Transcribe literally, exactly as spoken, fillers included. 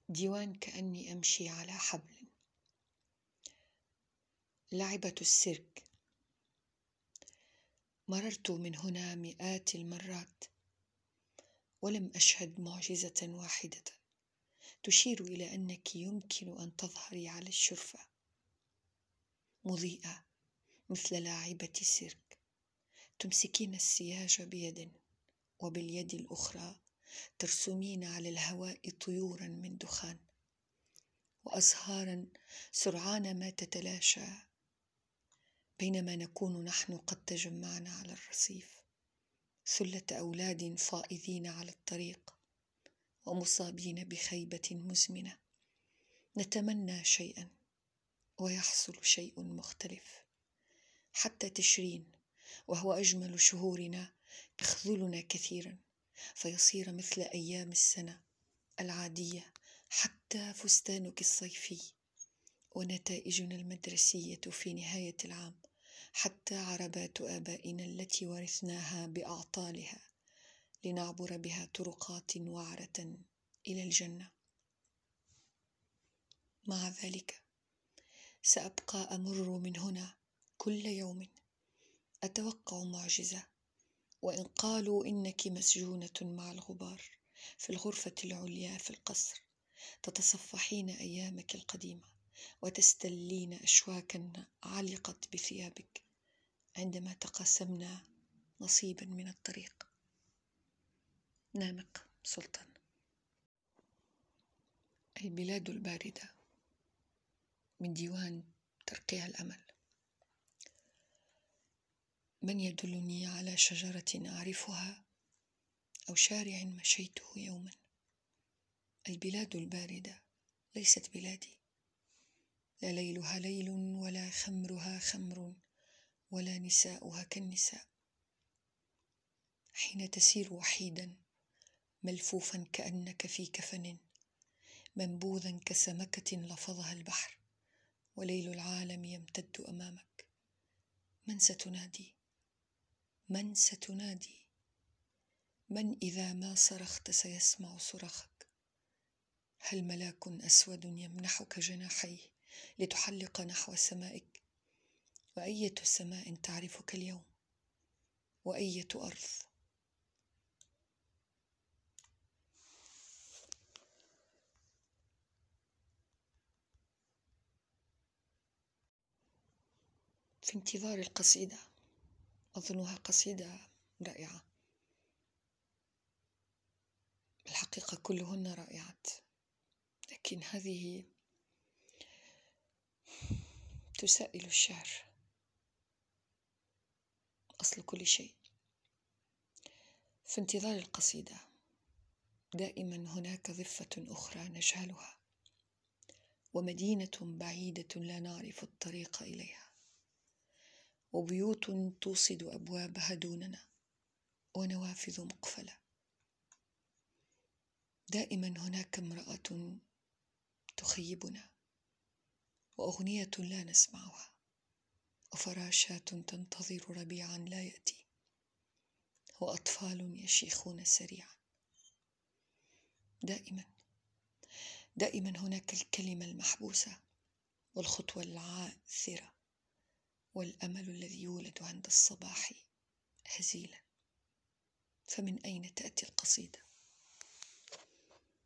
ديوان كأني أمشي على حبل. لعبة السيرك. مررت من هنا مئات المرات ولم أشهد معجزة واحدة تشير إلى أنك يمكن أن تظهري على الشرفة مضيئة مثل لاعبة السيرك، تمسكين السياج بيد وباليد الأخرى ترسمين على الهواء طيورا من دخان وأزهارا سرعان ما تتلاشى، بينما نكون نحن قد تجمعنا على الرصيف ثلة أولاد فائضين على الطريق ومصابين بخيبة مزمنة، نتمنى شيئا ويحصل شيء مختلف، حتى تشرين وهو أجمل شهورنا يخذلنا كثيرا فيصير مثل أيام السنة العادية، حتى فستانك الصيفي ونتائجنا المدرسية في نهاية العام، حتى عربات آبائنا التي ورثناها بأعطالها لنعبر بها طرقات وعرة إلى الجنة. مع ذلك سأبقى أمر من هنا كل يوم أتوقع معجزة، وإن قالوا إنك مسجونة مع الغبار في الغرفة العليا في القصر تتصفحين أيامك القديمة وتستلين أشواكا علقت بثيابك عندما تقاسمنا نصيبا من الطريق. نامق سلطان. البلاد الباردة، من ديوان ترقيع الأمل. من يدلني على شجرة أعرفها أو شارع مشيته يوما؟ البلاد الباردة ليست بلادي، لا ليلها ليل ولا خمرها خمر ولا نساؤها كالنساء. حين تسير وحيدا ملفوفا كأنك في كفن، منبوذا كسمكة لفظها البحر وليل العالم يمتد أمامك، من ستنادي؟ من ستنادي؟ من إذا ما صرخت سيسمع صراخك؟ هل ملاك أسود يمنحك جناحيه لتحلق نحو سمائك؟ وأية سماء تعرفك اليوم؟ وأية أرض؟ في انتظار القصيدة. أظنها قصيدة رائعة، الحقيقة كلهن رائعات، لكن هذه تسائل الشعر، أصل كل شيء. في انتظار القصيدة دائما هناك ضفة أخرى نجهلها، ومدينة بعيدة لا نعرف الطريق إليها، وبيوت توصد أبوابها دوننا، ونوافذ مقفلة. دائما هناك امرأة تخيبنا، وأغنية لا نسمعها، وفراشات تنتظر ربيعا لا يأتي، وأطفال يشيخون سريعا. دائما دائما هناك الكلمة المحبوسة والخطوة العاثرة والأمل الذي يولد عند الصباح هزيلا. فمن أين تأتي القصيدة؟